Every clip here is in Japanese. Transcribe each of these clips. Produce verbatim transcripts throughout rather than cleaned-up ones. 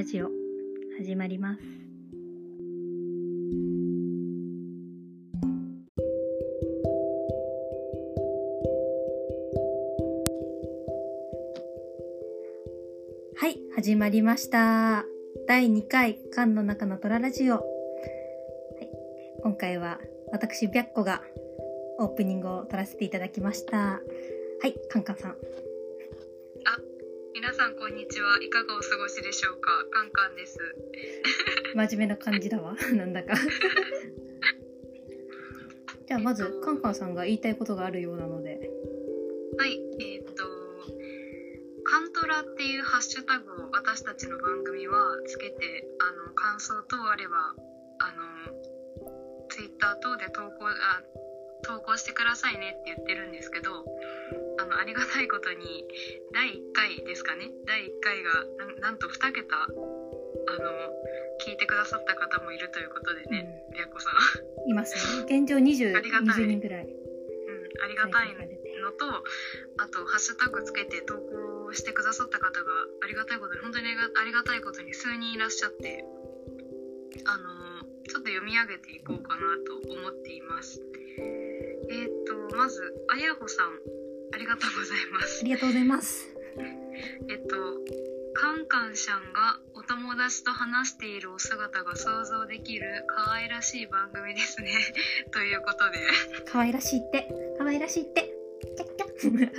ラジオ始まります。はい、始まりました。だいにかい缶の中のトララジオ、はい、今回は私白子がオープニングを撮らせていただきました。はい、カンカンさん。 あ、皆さんこんにちは。いかがお過ごしでしょうか。カンカンです。 真面目な感じだわなんだかじゃあまず、えっと、カンカンさんが言いたいことがあるようなので。 はい、えっとカントラっていうハッシュタグを私たちの番組はつけて、あの感想等あればあのツイッター等で投稿あ投稿してくださいねって言ってるんですけど、あのありがたいことにだいいっかいですかね、だいいっかいが な, なんとにけたあの聞いてくださった方もいるということでね、りゃこさんいますね。現状にじゅう、にじゅうにんぐらい、うん、 ありがたいのと、あとハッシュタグつけて投稿してくださった方がありがたいことに本当にありがたいことに数人いらっしゃって、あのちょっと読み上げていこうかなと思っています。えっとまずあやほさん、ありがとうございます。 ありがとうございます。 えっとカンカンさんがお友達と話しているお姿が想像できる可愛らしい番組ですねということで、 可愛らしいって可愛らしいってキャッキャッ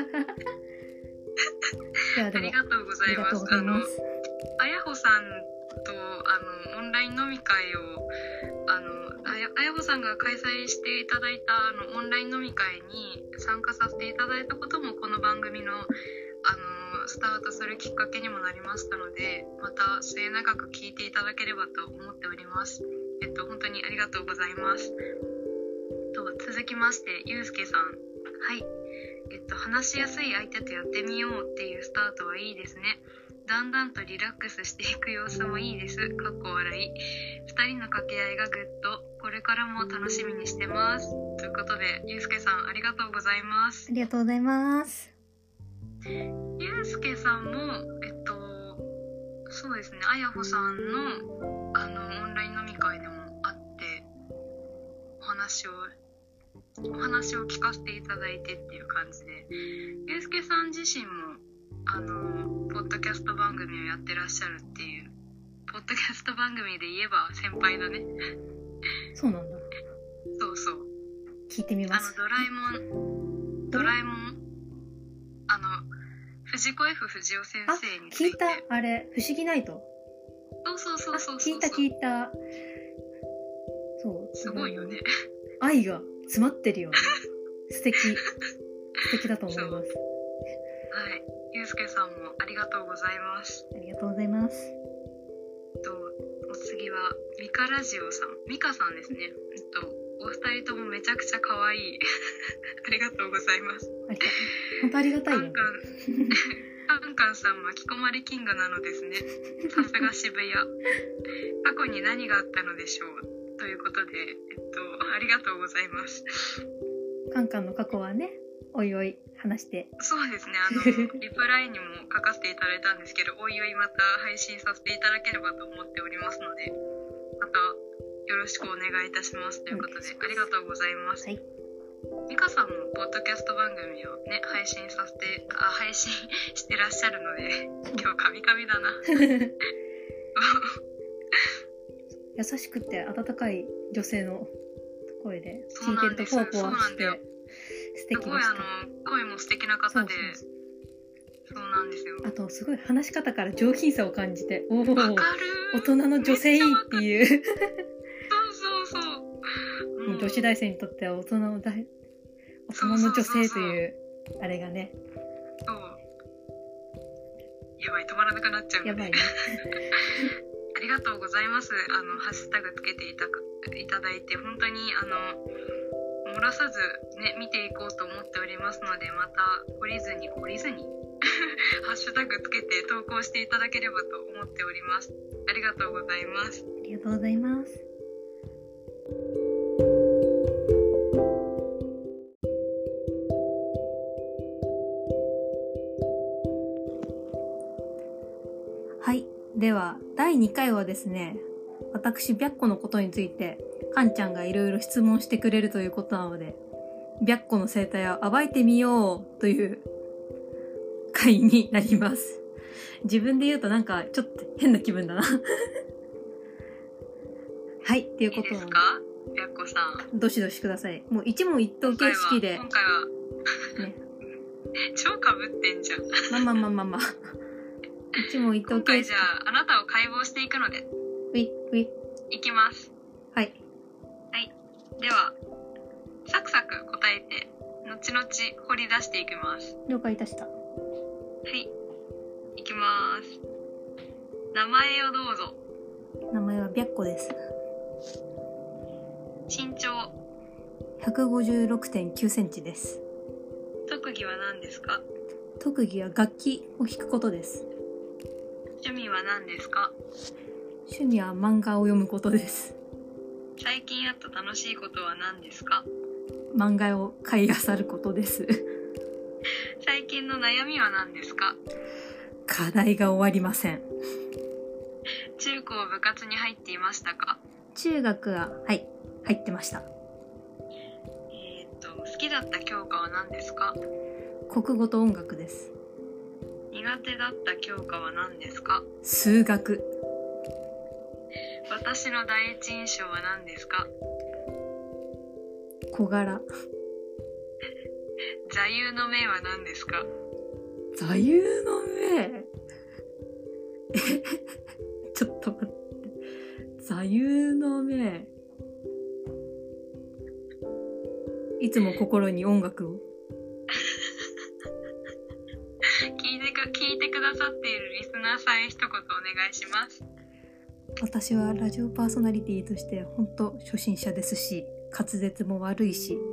ありがとうございます。あのあやほさんとあのオンライン飲み会をあのあや、あやほさんが開催していただいたあのオンライン飲み会に参加させていただいたこともこの番組のあのスタートするきっかけにもなりましたので、また末永く聞いていただければと思っております。えっと本当にありがとうございます。と続きましてゆうすけさん、はい、えっと話しやすい相手とやってみようっていうスタートはいいですね。だんだんとリラックスしていく様子もいいです。かっこ笑い。ふたりの掛け合いがグッと、これからも楽しみにしてます。ということで、ゆうすけさんありがとうございます。 ありがとうございます。 ゆうすけさんも、えっと、そうですね、あやほさんの、あの、オンライン飲み会でも会って、お話を、お話を聞かせていただいてっていう感じで、ゆうすけさん自身も、あのポッドキャスト番組をやってらっしゃるっていう、ポッドキャスト番組で言えば先輩だねそうなんだ。 そうそう、 聞いてみます。 あのドラえもんドラえもんあの藤子 F 不二雄先生について。 あ、聞いた。あれ不思議ナイト。 そうそうそうそうそう、 聞いた聞いた。そうすごいよね。 愛が詰まってるよね素敵素敵だと思います。はい、 ゆうすけさんもありがとうございます。 ありがとうございます。 とお次はミカラジオさん、ミカさんですね。えっとお二人ともめちゃくちゃ可愛いありがとうございます。 ありが本当ありがたいよね。 カンカンカンカンさん巻き込まれキングなのですね。さすが渋谷。過去に何があったのでしょうということで、えっとありがとうございます。 カンカンの過去はね、おいおい話して。 そうですね、あのリプライにも書かせていただいたんですけど、おいおいまた配信させていただければと思っておりますので、またよろしくお願いいたしますということで、ありがとうございます。はい、ミカさんもポッドキャスト番組をね配信させてあ配信してらっしゃるので、今日カミカミだな優しくて温かい女性の声で聞いてるとポワポワして素敵でした。すごいあの声も素敵な方で、そうそうそうなんですよ。 あとすごい話し方から上品さを感じて、おお、 大人の女性っていうそうそうそう、 もう女子大生にとっては大人の大大人の女性というあれがね、 そうやばい、止まらなくなっちゃう、ね、 やばいねありがとうございます。あのハッシュタグつけていたいただいて、本当にあの漏らさずね見ていこうと思っておりますので、また懲りずに懲りずにハッシュタグつけて投稿していただければと思っております。ありがとうございます。 ありがとうございます。はい、ではだいにかいはですね、私白子のことについてかんちゃんがいろいろ質問してくれるということなので、白子の生態を暴いてみようという回になります。自分で言うとなんかちょっと変な気分だなはい、っていうこといいですか、白子さん。どしどしください。もう一問一答形式で。 今回は、今回はね、超被ってんじゃん。 まあまあまあまあまあ。一問一答形式。 今回じゃあ、あなたを解剖していくので。 うい、うい。 いきます。 はい。 はい。では、サクサク答えて、後々掘り出していきます。 了解いたした。 はい。いきまーす。名前をどうぞ。 名前は白子です。 身長ひゃくごじゅうろくてんきゅうセンチです。 特技は何ですか？ 特技は楽器を弾くことです。 趣味は何ですか？ 趣味は漫画を読むことです。 最近あった楽しいことは何ですか？ 漫画を買い漁ることです最近の悩みは何ですか？ 課題が終わりません。 中高部活に入っていましたか？ 中学は、はい、入ってました。 えー、っと、好きだった教科は何ですか？ 国語と音楽です。 苦手だった教科は何ですか？ 数学。 私の第一印象は何ですか？ 小柄。 座右の銘は何ですか？ 座右の銘ちょっと待って。座右の銘。いつも心に音楽を。 聞いてく、聞いてくださっているリスナーさんへ一言お願いします。 私はラジオパーソナリティとして本当初心者ですし、滑舌も悪いし、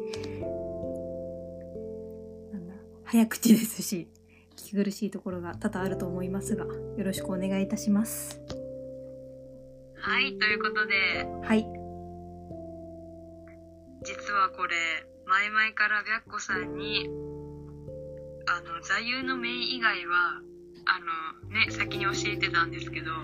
なんだ、早口ですし、聞き苦しいところが多々あると思いますが、よろしくお願いいたします。 はい、ということで、 はい。 実はこれ、前々から白子さんに、あの、座右の銘以外は、あの、ね、先に教えてたんですけど、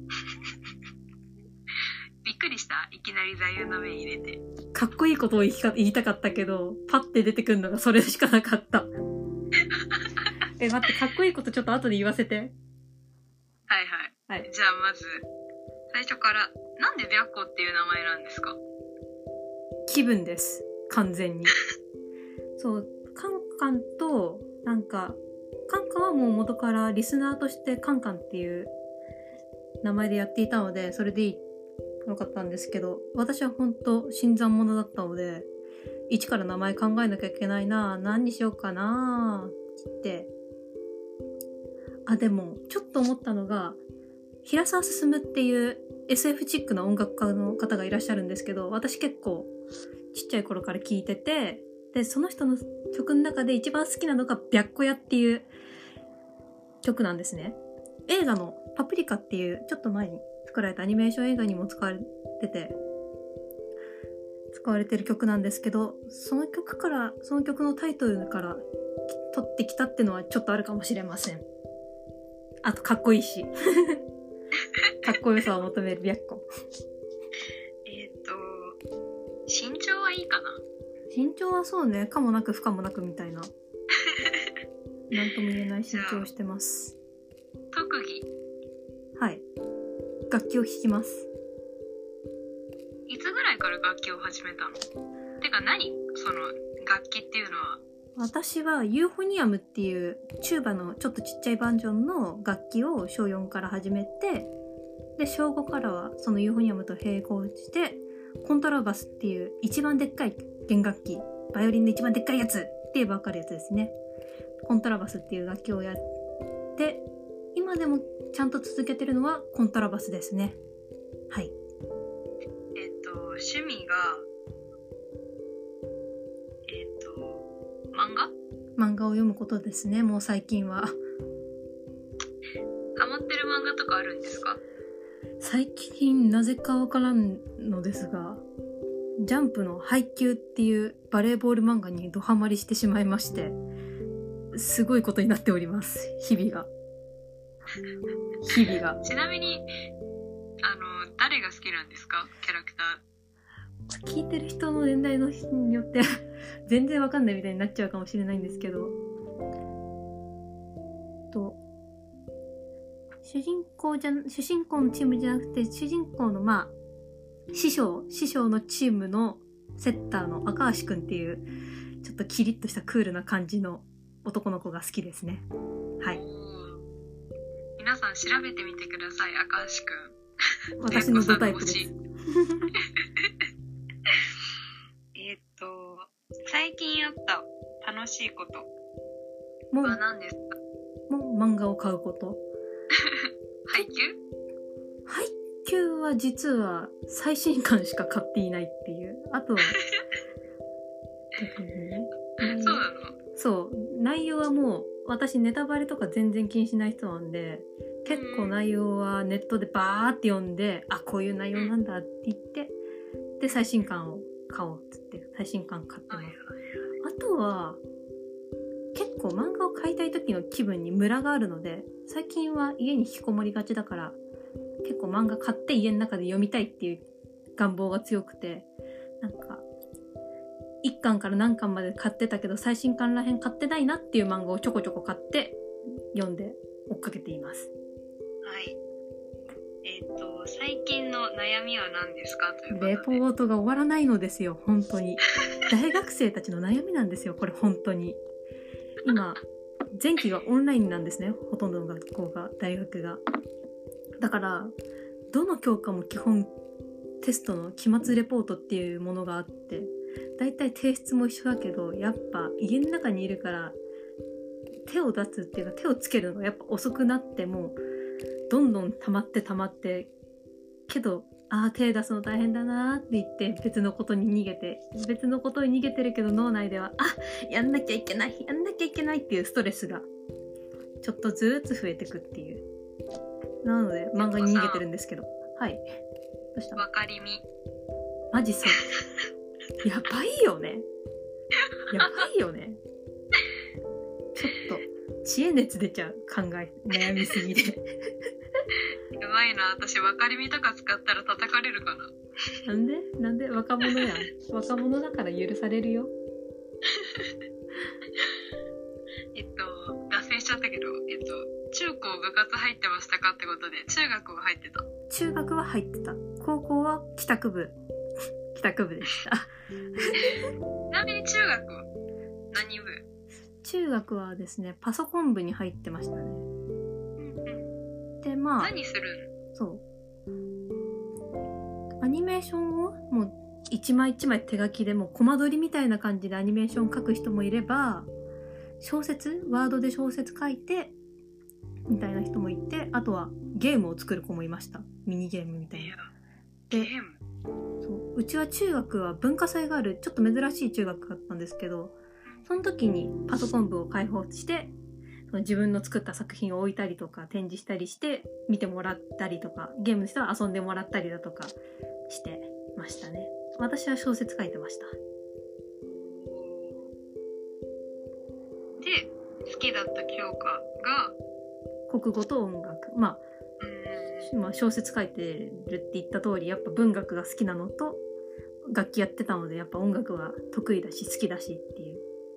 びっくりした。いきなり座右の銘入れて。 かっこいいことを言いか言いたかったけど、パッて出てくるのがそれしかなかった。え、待って、かっこいいことちょっと後で言わせて。 はいはい。 はい。 じゃあまず、最初から、なんで白子っていう名前なんですか？ 気分です。完全に。そう、カンカンと、なんか、カンカンはもう元からリスナーとしてカンカンっていう名前でやっていたので、それでいい。よかったんですけど、私は本当新参者だったので、一から名前考えなきゃいけないな、何にしようかなって。あ、でもちょっと思ったのが、平沢進っていう エスエフ チックな音楽家の方がいらっしゃるんですけど、私結構ちっちゃい頃から聴いてて、でその人の曲の中で一番好きなのが白子屋っていう曲なんですね。映画のパプリカっていうちょっと前に作られたアニメーション映画にも使われてて、使われてる曲なんですけど、その曲から、その曲のタイトルから取ってきたってのはちょっとあるかもしれません。あとかっこいいし。かっこよさを求める白子。 えっと、身長はいいかな？ 身長はそうね、かもなく不可もなくみたいな。なんとも言えない身長をしてます。 特技。 はい。楽器を弾きます。 いつぐらいから楽器を始めたの？てか何？その楽器っていうのは。 私はユーフォニアムっていうチューバのちょっとちっちゃいバージョンの楽器を小よんから始めて、で小ごからはそのユーフォニアムと並行してコントラバスっていう一番でっかい弦楽器、バイオリンの一番でっかいやつって言えば分かるやつですね。コントラバスっていう楽器をやって、今でもちゃんと続けてるのはコントラバスですね。はい。 えっと趣味がえっと漫画？ 漫画を読むことですね。もう最近は。 ハマってる漫画とかあるんですか？ 最近なぜかわからんのですが、ジャンプの配給っていうバレーボール漫画にドハマりしてしまいまして、すごいことになっております。日々が。日々が。 ちなみにあの誰が好きなんですか、キャラクター。聞いてる人の年代の人によって全然わかんないみたいになっちゃうかもしれないんですけど、と主人公じゃ主人公のチームじゃなくて、主人公のまあ師匠師匠のチームのセッターの赤橋くんっていうちょっとキリッとしたクールな感じの男の子が好きですね。はい。 皆さん調べてみてください、赤橋くん。 私のドタイプです。 えっと最近あった楽しいこともうは何ですか？ もう漫画を買うこと。 配給？ 配給は実は最新刊しか買っていないっていう。あとは逆にね。 そうなの？ そう、内容はもう私ネタバレとか全然気にしない人なんで、結構内容はネットでバーって読んで、あ、こういう内容なんだって言って、で最新刊を買おうっつって最新刊買ってます。あとは結構漫画を買いたい時の気分にムラがあるので、最近は家に引きこもりがちだから結構漫画買って家の中で読みたいっていう願望が強くて、なんかいっかんから何巻まで買ってたけど最新巻らへん買ってないなっていう漫画をちょこちょこ買って読んで追っかけています。 はい。えっと最近の悩みは何ですかということで。 レポートが終わらないのですよ、本当に。大学生たちの悩みなんですよ、これ本当に。今前期がオンラインなんですね、ほとんどの学校が、大学が。だからどの教科も基本テストの期末レポートっていうものがあって、だいたい提出も一緒だけど、やっぱ家の中にいるから手を出すっていうか手をつけるのがやっぱ遅くなって、もうどんどん溜まって溜まって、けどあー手出すの大変だなーって言って別のことに逃げて別のことに逃げてるけど、脳内ではあやんなきゃいけないやんなきゃいけないっていうストレスがちょっとずつ増えてくっていう。なので漫画に逃げてるんですけど。はい、どうした？ わかりみ。 マジそうやばいよねやばいよねちょっと知恵熱出ちゃう、考え悩みすぎでやばいな、私わかりみとか使ったら叩かれるかな。 なんでなんで若者やん若者だから許されるよえっと脱線しちゃったけど、えっと中高部活入ってましたかってことで、中学は入ってた。 中学は入ってた。高校は帰宅部帰宅部でしたちなみに中学は何部？ 中学はですね、パソコン部に入ってましたね。で、まあ何するの？そうアニメーションをもう一枚一枚手書きでもうコマ撮りみたいな感じでアニメーション書く人もいれば、小説ワードで小説書いてみたいな人もいて、あとはゲームを作る子もいました。ミニゲームみたいな。 ゲーム？ そう、うちは中学は文化祭があるちょっと珍しい中学だったんですけど、その時にパソコン部を開放して、その自分の作った作品を置いたりとか展示したりして見てもらったりとか、ゲームの人は遊んでもらったりだとかしてましたね。私は小説書いてました。 で、好きだった教科が国語と音楽。まあ、 うーんまあ小説書いてるって言った通り、やっぱ文学が好きなのと楽器やってたので、やっぱ音楽は得意だし好きだしっていう。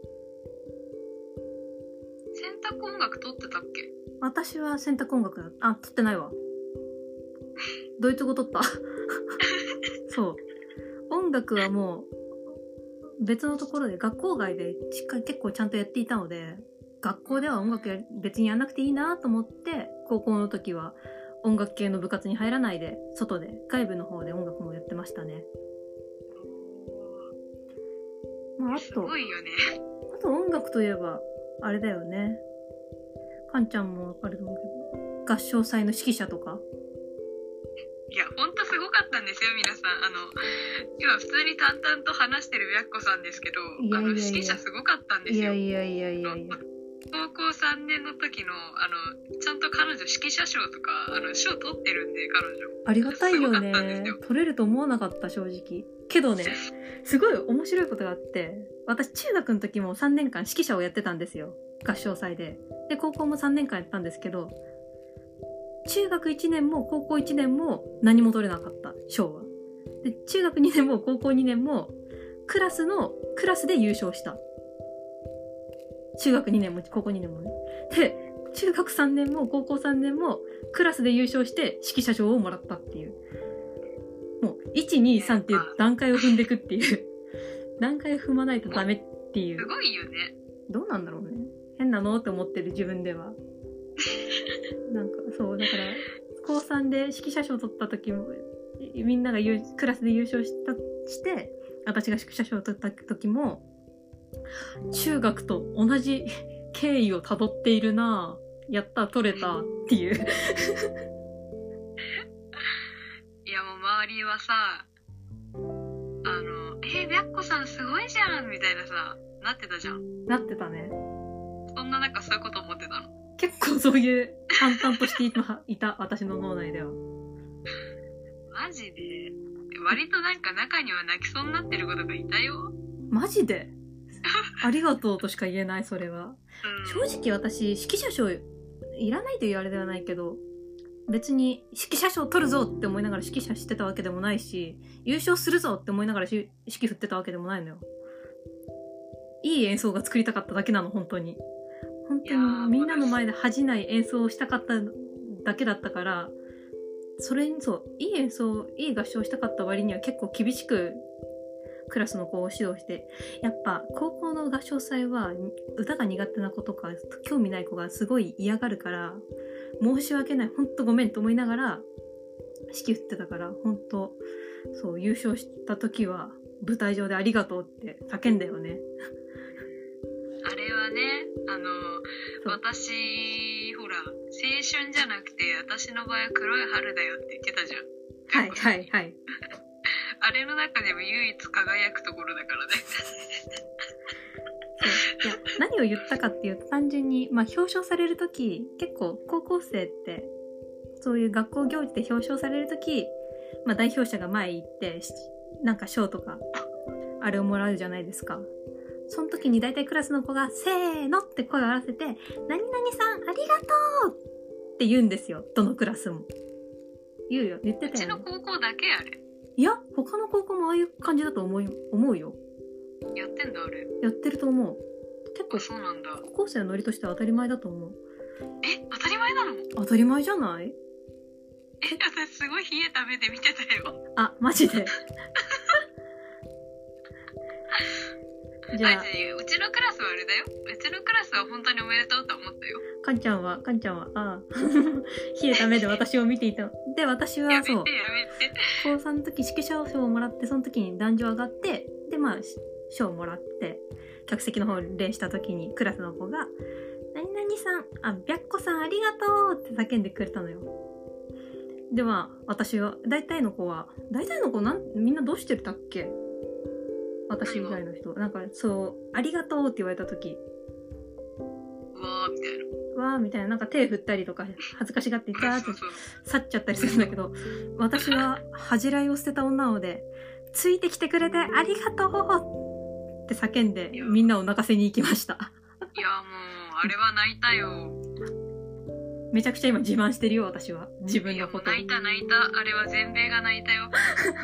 選択音楽取ってたっけ？ 私は選択音楽だ。あ、取ってないわ。ドイツ語取ったそう。音楽はもう別のところで学校外でしっかり結構ちゃんとやっていたので、学校では音楽や別にやらなくていいなと思って、高校の時は音楽系の部活に入らないで外で外部の方で音楽もやってましたね。まあ、あとすごいよね。 あと音楽といえばあれだよね。かんちゃんもわかると思うけど、合唱祭の指揮者とか。 いや、ほんとすごかったんですよ、皆さん。あの、今普通に淡々と話してる白子さんですけど、 いやいやいやあの、指揮者すごかったんですよ。 いやいやいやいやいや。 高校さんねんの時の、あの、ちゃんと彼女指揮者賞とか、あの、賞取ってるんで、彼女。 ありがたいよすごかったんですねよ。 取れると思わなかった、正直。けどね、すごい面白いことがあって、私中学の時もさんねんかん指揮者をやってたんですよ、合唱祭で。で高校もさんねんかんやったんですけど、 中学いちねんも高校いちねんも何も取れなかった賞は。で中学にねんも高校にねんもクラスのクラスで優勝した。中学にねんも高校にねんもね。で中学さんねんも高校さんねんもクラスで優勝して指揮者賞をもらったっていう。もういちにさんっていう段階を踏んでいくっていう段階を踏まないとダメっていう。 すごいよね。 どうなんだろうね。変なのって思ってる自分ではなんかそうだから高さんで指揮者賞を取った時もみんながクラスで優勝したして私が指揮者賞を取った時も中学と同じ経緯をたどっているなぁ、やった取れたっていういやもう周りはさ、あのえー、白子さんすごいじゃんみたいなさなってたじゃん。 なってたね。 そんななんかそういうこと思ってたの？ 結構そういう淡々としていたいた私の脳内では。 マジで割となんか中には泣きそうになってる子とかいたよ。 マジでありがとうとしか言えないそれは、うん、正直私指揮者賞いらないというあれではないけど別に指揮者賞取るぞって思いながら指揮者してたわけでもないし優勝するぞって思いながら指揮振ってたわけでもないのよ。いい演奏が作りたかっただけなの。本当に本当にみんなの前で恥じない演奏をしたかっただけだったから、それにそういい演奏いい合唱したかった割には結構厳しくクラスの子を指導して、やっぱ高校の合唱祭は歌が苦手な子とか興味ない子がすごい嫌がるから申し訳ない本当ごめんと思いながら指揮振ってたから、本当そう優勝した時は舞台上でありがとうって叫んだよね。 あれはね、あの私ほら青春じゃなくて私の場合は黒い春だよって言ってたじゃん。 はいはいはいあれの中でも唯一輝くところだからね。 そういや何を言ったかっていうと単純に、まあ、表彰されるとき結構高校生ってそういう学校行事で表彰されるとき、まあ、代表者が前行ってなんか賞とかあれをもらうじゃないですか。その時に大体クラスの子がせーのって声を合わせて何々さんありがとうって言うんですよ。どのクラスも言うよ。言ってたよね。 うちの高校だけあれ。 いや他の高校もああいう感じだと思い思うよ。 やってんだあれ。 やってると思う。結構そうなんだ。 高校生のノリとしては当たり前だと思う。 え当たり前なの？ 当たり前じゃない？ え私すごい冷えた目で見てたよ。 あマジでじゃあうちのクラスはあれだよ。うちのクラスは本当におめでとうと思ったよ。 かんちゃんはかんちゃんはああ冷えた目で私を見ていた。で私はそう高さんの時指揮者賞をもらってその時に壇上上がってでまあ賞をもらって客席の方礼した時にクラスの子が何々さんあ白子さんありがとうって叫んでくれたのよ。でまあ私は大体の子は大体の子なんみんなどうしてたっけ？私以外の人なんかそうありがとうって言われた時わーみたいなわーみたいななんか手振ったりとか恥ずかしがっていたって去っちゃったりするんだけど私は恥じらいを捨てた女なのでついてきてくれてありがとうって叫んでみんなを泣かせに行きました。 いやもうあれは泣いたよ。 めちゃくちゃ今自慢してるよ私は自分のこと。 泣いた泣いたあれは全米が泣いたよ。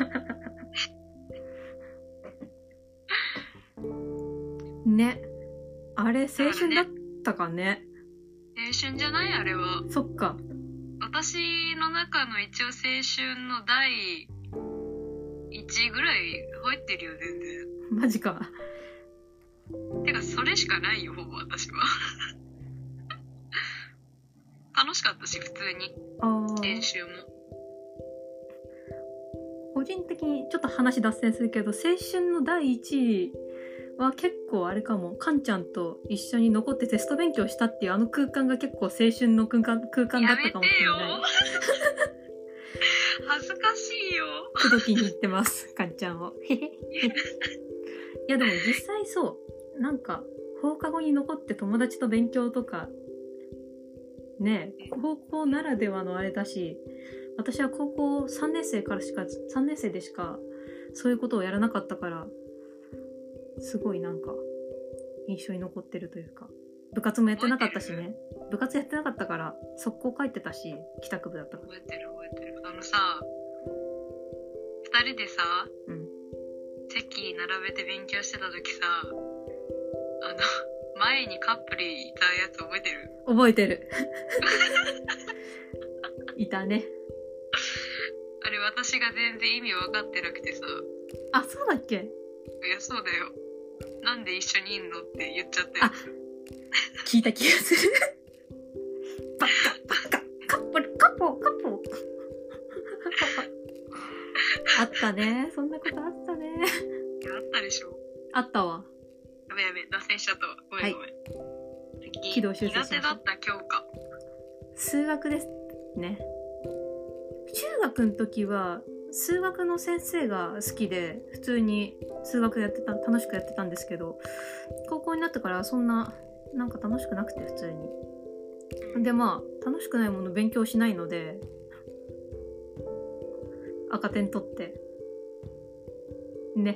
ねあれ青春だったかね。 青春じゃないあれは。 そっか。 私の中の一応青春のだいいちいぐらい入ってるよ全然。 マジか。 てかそれしかないよほぼ私は。楽しかったし普通に練習も。 個人的にちょっと話脱線するけど青春のだいいちいは結構あれかも。かんちゃんと一緒に残ってテスト勉強したっていうあの空間が結構青春の空間、空間だったかもしれない。やめてよ恥ずかしいよ。 口説きに行ってますかんちゃんを。いやでも実際そうなんか放課後に残って友達と勉強とかね高校ならではのあれだし、私は高校さんねん生からしかさんねん生でしかそういうことをやらなかったからすごいなんか印象に残ってるというか。 部活もやってなかったしね。部活やってなかったから速攻帰ってたし、帰宅部だったから。 覚えてる覚えてる。あのさ、二人でさ、 うん、 席並べて勉強してた時さ、あの前にカップルいたやつ覚えてる？ 覚えてる。いたね。 あれ私が全然意味分かってなくてさ。 あ、そうだっけ？ いや、そうだよ。なんで一緒にいんのって言っちゃったあやつ。 聞いた気がする。バカバカカップルカポカポ。あったね。そんなことあったね。 いや、あったでしょ。 あったわ。 やべやべ、脱線しちゃったわ。ごめんごめん。 はい、軌道修正しました。 苦手だった教科。 数学ですね。中学の時は数学の先生が好きで普通に数学やってた、楽しくやってたんですけど、高校になってからそんななんか楽しくなくて、普通に。で、まあ楽しくないもの勉強しないので赤点取ってね。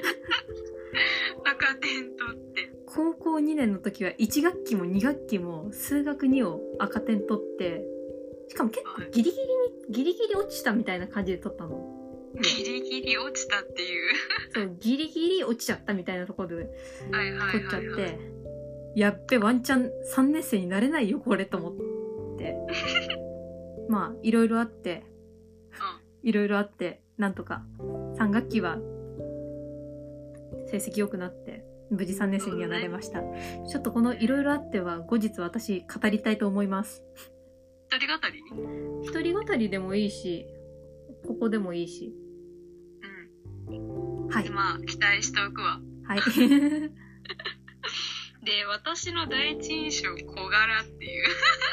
赤点取って。 高校にねんの時はいち学期もに学期も数学にを赤点取って、しかも結構ギリギリにギリギリ落ちたみたいな感じで取ったの。 ギリギリ落ちたっていう。 そう、ギリギリ落ちちゃったみたいなところではいはい取っちゃって、 はいはい、 やっべ、ワンチャンさんねん生になれないよこれと思って。まあいろいろあって、いろいろあってなんとかさん学期は成績良くなって無事さんねん生にはなれました。ね、ちょっとこのいろいろあっては後日私語りたいと思います。 一人語り？ 一人語りでもいいし、ここでもいいし。 うん。 はい。 まあ期待しておくわ。 はい。 で、私の第一印象小柄っていう。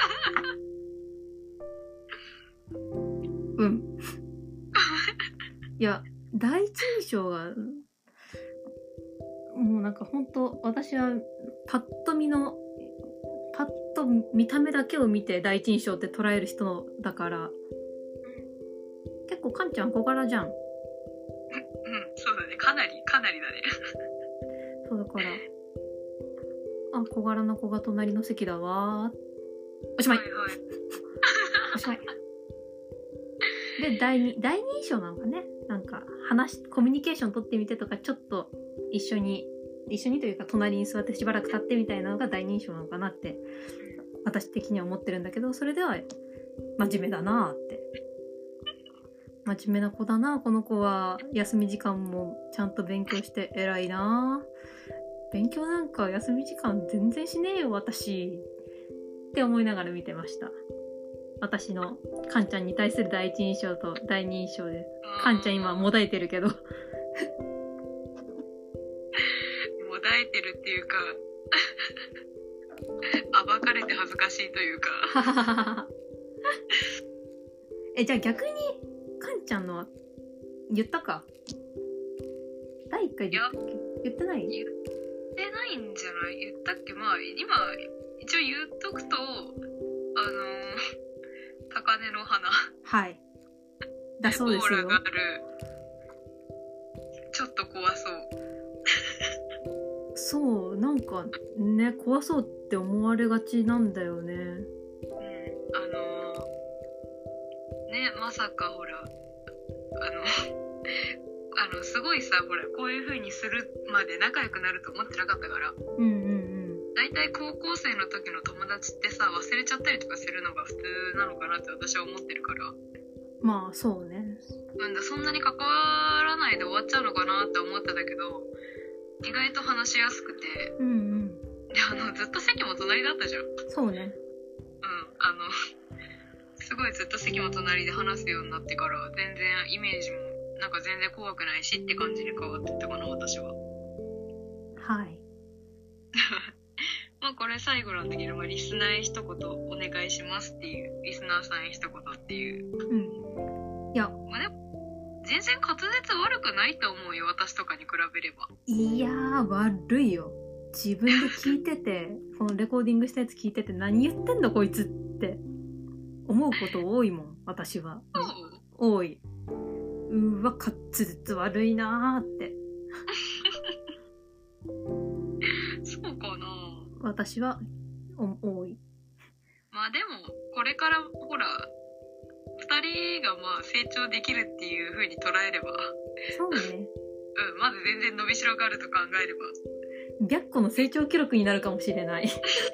うん。いや、第一印象がもうなんか本当私はパッと見のパッと見た目だけを見て第一印象って捉える人だから、結構カンちゃん小柄じゃん。うん、 そうだね、かなりかなりだね。 そうだから、あ、小柄な子が隣の席だわー。おしまい。はいはい、おしまい。で、第二第二印象なのかね。なんか話コミュニケーション取ってみてとか、ちょっと一緒に一緒にというか隣に座ってしばらく立ってみたいなのが第二印象なのかなって私的には思ってるんだけど、それでは真面目だなーって。真面目な子だな、この子は。休み時間もちゃんと勉強して偉いな。勉強なんか休み時間全然しねえよ私って思いながら見てました。私のカンちゃんに対する第一印象と第二印象です。カンちゃん今もだえてるけど。もだえてるっていうか暴かれて恥ずかしいというか。 え、じゃあ逆にカンちゃんの言ったか、だいいっかい言ったっけ？言ってない？ 言ってないんじゃない？言ったっけ？まあ今一応言っとくと、あの高嶺の花、 はいだそうですよ。 オーラがある、ちょっと怖そう。 そう、なんかね、怖そうって思われがちなんだよね。うん、 あのー、ね、まさかほら、あのあのすごいさ、ほらこういう風にするまで仲良くなると思ってなかったから。うんうんうん。だいたい高校生の時の友達ってさ、忘れちゃったりとかするのが普通なのかなって私は思ってるから。 まあそうね。 なんだ、そんなに関わらないで終わっちゃうのかなって思ってたけど、意外と話しやすくて、うんうん、で、あのずっと席も隣だったじゃん。 そうね。 うん、あのすごいずっと席も隣で話すようになってから、全然イメージもなんか全然怖くないしって感じに変わってったかな、私は。 はい。 まあこれ最後なんだけど、まあ、リスナー一言お願いしますっていう、リスナーさん一言っていう。うん。いや、まあ、でも全然滑舌悪くないと思うよ、私とかに比べれば。 いやー悪いよ。自分で聞いててこのレコーディングしたやつ聞いてて、何言ってんだこいつって思うこと多いもん、私は。多い。うわ、滑舌悪いなーってそうかな。 私は多い。 まあでもこれからほらふたりがまあ成長できるっていう風に捉えれば、 そうね。 うん、まず全然伸びしろがあると考えれば、 白子の成長記録になるかもしれない。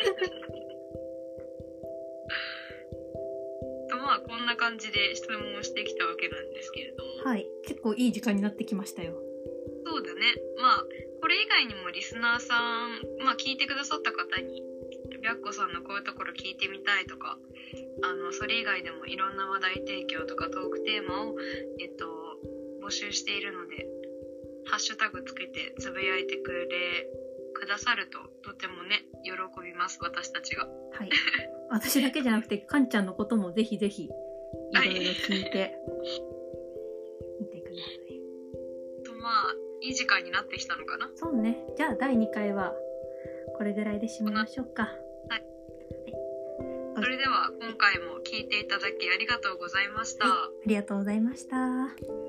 とまあこんな感じで質問をしてきたわけなんですけれども、 はい、結構いい時間になってきましたよ。 そうだね。まあこれ以外にもリスナーさん、まあ聞いてくださった方に白子さんのこういうところ聞いてみたいとか、あのそれ以外でもいろんな話題提供とかトークテーマを、えっと、募集しているので、ハッシュタグつけてつぶやいてくれくださるととてもね喜びます、私たちが。はい。 私だけじゃなくてかんちゃんのこともぜひぜひいろいろ聞いてみてください。 とまあいい時間になってきたのかな。 そうね。じゃあだいにかいはこれぐらいで締めましょうか。はい。 はい、それでは今回も聞いていただきありがとうございました。 はい、ありがとうございました。